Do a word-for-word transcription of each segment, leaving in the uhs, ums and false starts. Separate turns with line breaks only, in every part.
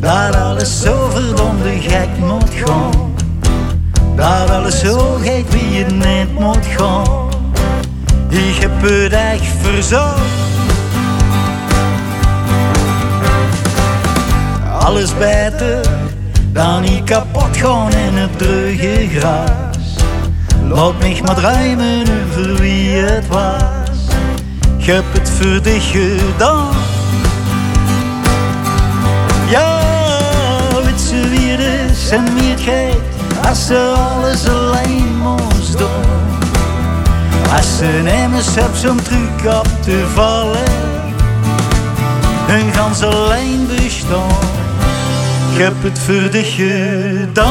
dat alles zo verdomde gek moet gaan. Dat alles zo gek wie het niet moet gaan. Ik heb het echt verzocht. Alles beter dan niet kapot gaan in het druge gras. Laat mich maar druimen over wie het was. Ik heb het voor dich gedaan. Ja, weet ze wie het is en wie het geeft, als ze alles alleen moest doen. Als ze nemens hebt zo'n truc op te vallen, een gans alleen bestaan. Ik heb het voor dich gedaan,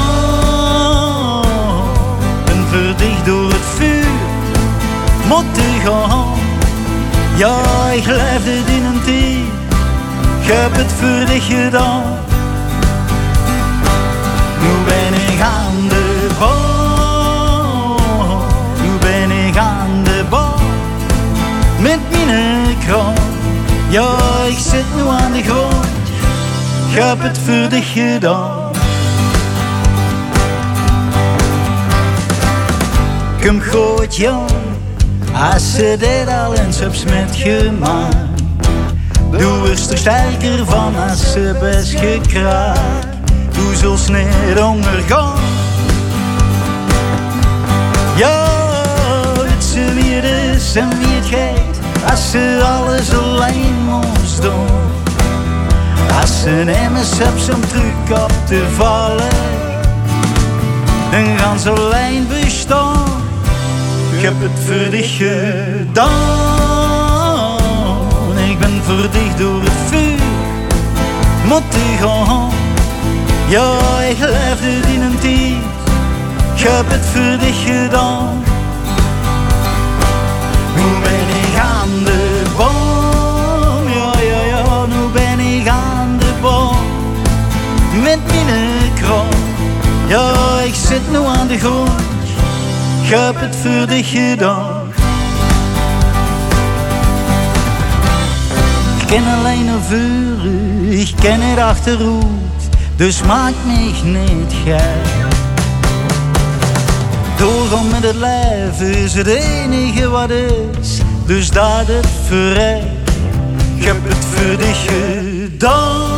en voor dich door het vuur moeten gaan. Ja, ik leefde in een tijd, ik heb het voor dich gedaan. Nu ben ik aan de bal, nu ben ik aan de bal, met mijn kraan. Ja, ik zit nu aan de grond, ik heb het voor dich gedaan. Kom goed jong, als ze dit al eens hebt met gemaakt. Doe er sterker van als ze best gekraakt. Doe zult niet ondergaan. Ja, weet ze wie het is en wie het geeft, als ze alles alleen moest doen. Als ze nemens hebt zo'n truc op te vallen, dan gaan ze alleen bestaan. Ik heb het voor dich gedaan. Ik ben voor dich door het vuur moeten gaan. Ja, ik leefde in een tijd, ik heb het voor dich gedaan. Nu ben ik aan de boom, ja, ja, ja, nu ben ik aan de boom, met mijn kraan. Ja, ik zit nu aan de grond, ik heb het voor dich gedaan. Ik ken alleen een vuur, ik ken het achterhoed, dus maak mich niet gek. Doorgaan met het leven is het enige wat is, dus dat het verrekt. Ik heb het voor dich gedaan.